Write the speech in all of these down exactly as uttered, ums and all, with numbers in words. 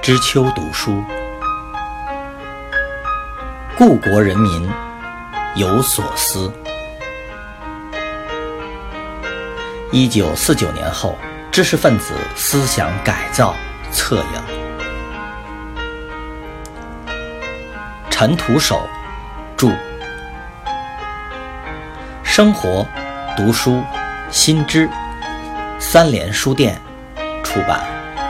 知秋读书，故国人民有所思。一九四九年后，知识分子思想改造策应。陈独守著，生活、读书、新知，三联书店出版。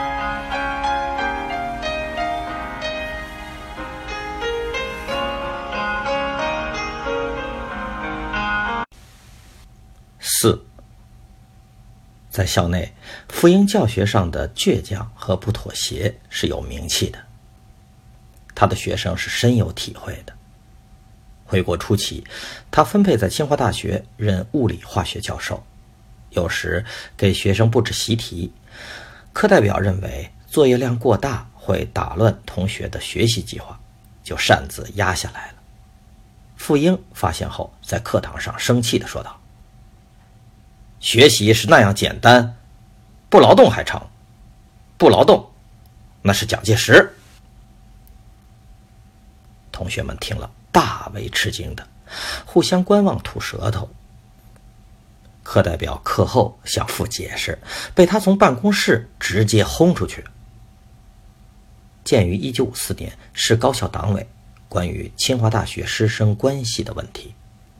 四，在校内，傅英教学上的倔强和不妥协是有名气的，他的学生是深有体会的。回国初期，他分配在清华大学任物理化学教授，有时给学生布置习题，课代表认为作业量过大会打乱同学的学习计划，就擅自压下来了。傅英发现后，在课堂上生气地说道：学习是那样简单，不劳动还成，不劳动那是蒋介石。同学们听了大为吃惊的，互相观望吐舌头。课代表课后向傅解释，被他从办公室直接轰出去。鉴于一九五四年市高校党委关于清华大学师生关系的问题，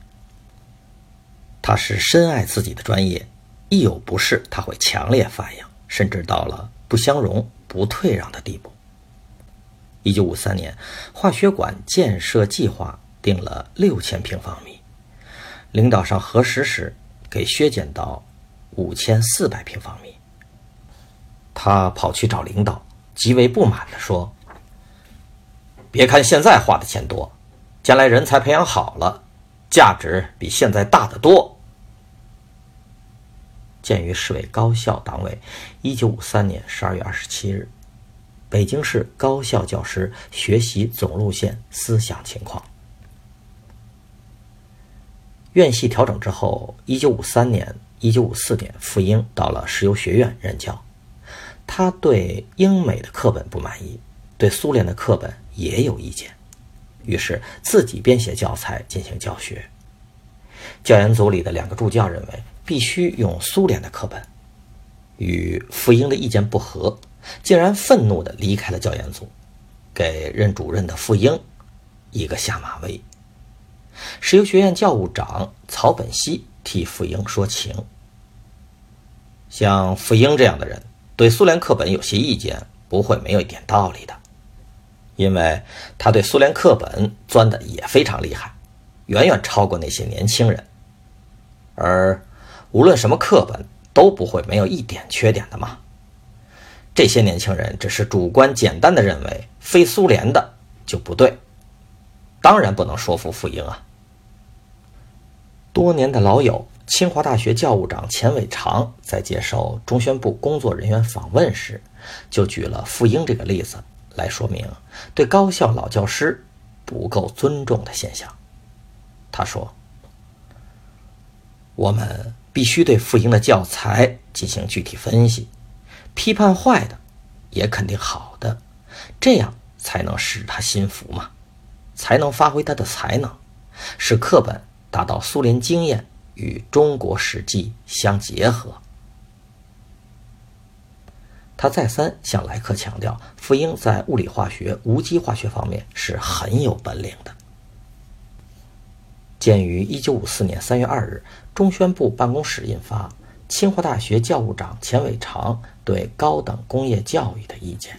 他是深爱自己的专业，一有不适他会强烈发扬，甚至到了不相容不退让的地步。一九五三年，化学馆建设计划定了六千平方米，领导上核实时给削减到五千四百平方米。他跑去找领导，极为不满地说：别看现在花的钱多，将来人才培养好了，价值比现在大得多。鉴于市委高校党委一九五三年十二月二十七日北京市高校教师学习总路线思想情况，院系调整之后，一九五三年、一九五四年，傅英到了石油学院任教。他对英美的课本不满意，对苏联的课本也有意见，于是自己编写教材进行教学。教研组里的两个助教认为必须用苏联的课本，与傅英的意见不合，竟然愤怒地离开了教研组，给任主任的傅英一个下马威。石油学院教务长曹本熙替傅英说情，像傅英这样的人对苏联课本有些意见不会没有一点道理的，因为他对苏联课本钻的也非常厉害，远远超过那些年轻人，而无论什么课本都不会没有一点缺点的嘛。这些年轻人只是主观简单的认为非苏联的就不对，当然不能说服傅英啊。多年的老友清华大学教务长钱伟长在接受中宣部工作人员访问时，就举了傅英这个例子来说明对高校老教师不够尊重的现象。他说：我们必须对傅英的教材进行具体分析，批判坏的，也肯定好的，这样才能使他心服嘛，才能发挥他的才能，使课本达到苏联经验与中国实际相结合。他再三向来客强调，傅英在物理化学、无机化学方面是很有本领的。鉴于一九五四年三月二日中宣部办公室印发清华大学教务长钱伟长对高等工业教育的意见，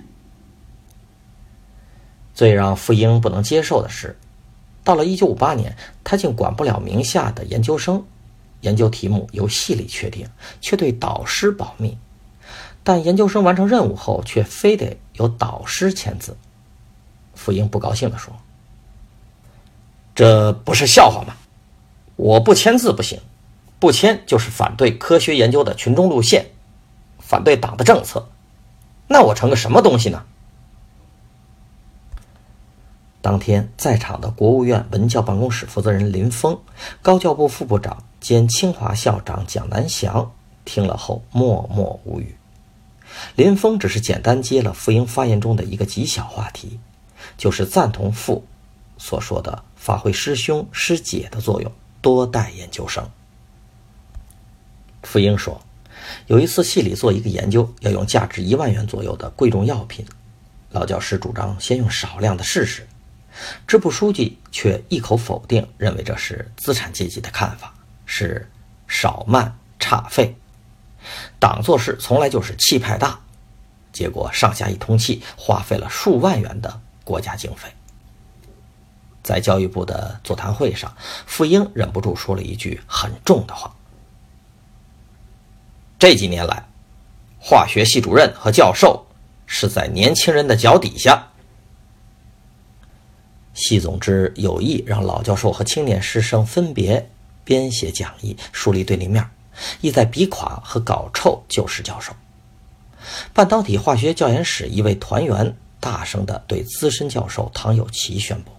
最让傅英不能接受的是，到了一九五八年，他竟管不了名下的研究生，研究题目由系里确定，却对导师保密，但研究生完成任务后却非得由导师签字。傅英不高兴地说：这不是笑话吗？我不签字不行，不签就是反对科学研究的群众路线，反对党的政策，那我成个什么东西呢？当天在场的国务院文教办公室负责人林峰、高教部副部长兼清华校长蒋南翔听了后默默无语。 林峰只是简单接了傅英发言中的一个极小话题，就是赞同傅所说的发挥师兄师姐的作用，多带研究生。傅英说，有一次系里做一个研究，要用价值一万元左右的贵重药品，老教师主张先用少量的试试，支部书记却一口否定，认为这是资产阶级的看法，是少慢差费，党做事从来就是气派大，结果上下一通气，花费了数万元的国家经费。在教育部的座谈会上，傅英忍不住说了一句很重的话，这几年来，化学系主任和教授是在年轻人的脚底下。系总之有意让老教授和青年师生分别编写讲义，树立对立面，意在比垮和搞臭旧时教授。半导体化学教研室一位团员大声地对资深教授唐有奇宣布，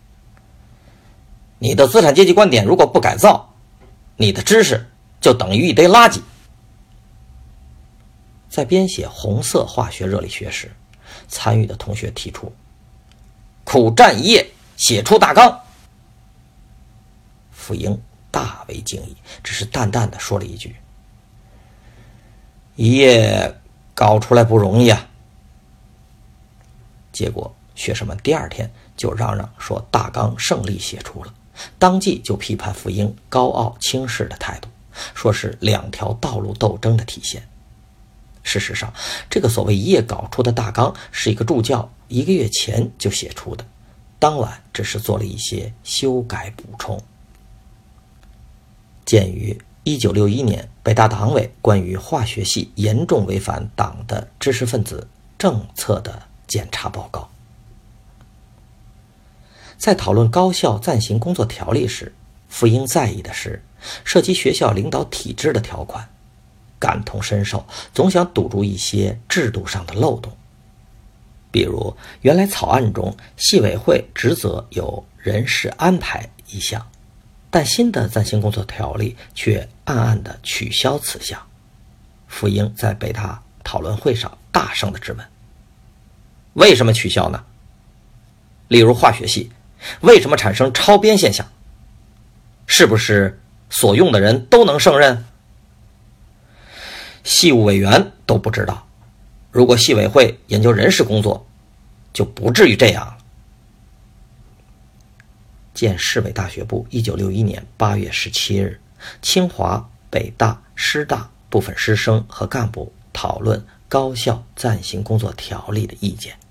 你的资产阶级观点如果不改造，你的知识就等于一堆垃圾。在编写红色化学热力学时，参与的同学提出苦战一夜写出大纲。傅英大为惊异，只是淡淡的说了一句，一夜搞出来不容易啊。结果学生们第二天就嚷嚷说大纲胜利写出了，当即就批判傅英高傲轻视的态度，说是两条道路斗争的体现。事实上，这个所谓一夜搞出的大纲是一个助教一个月前就写出的，当晚只是做了一些修改补充。鉴于一九六一年北大党委关于化学系严重违反党的知识分子政策的检查报告，在讨论高校暂行工作条例时，傅英在意的是涉及学校领导体制的条款，感同身受，总想堵住一些制度上的漏洞。比如原来草案中系委会职责有人事安排一项，但新的暂行工作条例却暗暗地取消此项。傅英在北大讨论会上大声地质问，为什么取消呢？例如化学系为什么产生超编现象？是不是所用的人都能胜任？系务委员都不知道，如果系委会研究人事工作，就不至于这样了。见市委大学部一九六一年八月十七日，清华、北大、师大部分师生和干部讨论高校暂行工作条例的意见。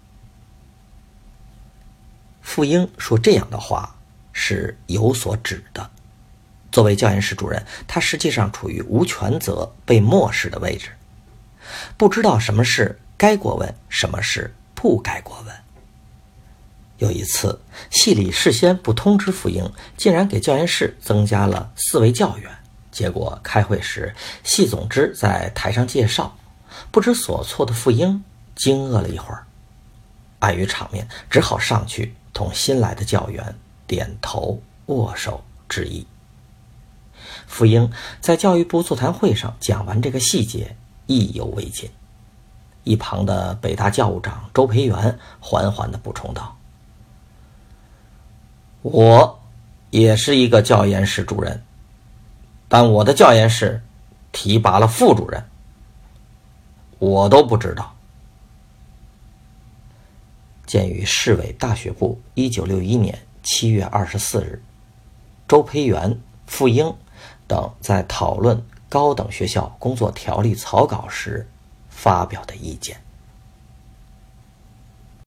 傅英说这样的话是有所指的。作为教研室主任，他实际上处于无权责、被漠视的位置，不知道什么是该过问，什么是不该过问。有一次，系里事先不通知傅英，竟然给教研室增加了四位教员。结果开会时，系总之在台上介绍，不知所措的傅英惊愕了一会儿，碍于场面，只好上去同新来的教员点头握手致意。傅英在教育部座谈会上讲完这个细节，意犹未尽。一旁的北大教务长周培源缓缓地补充道，我也是一个教研室主任，但我的教研室提拔了副主任，我都不知道。鉴于市委大学部一九六一年七月二十四日，周培源、傅英等在讨论高等学校工作条例草稿时发表的意见。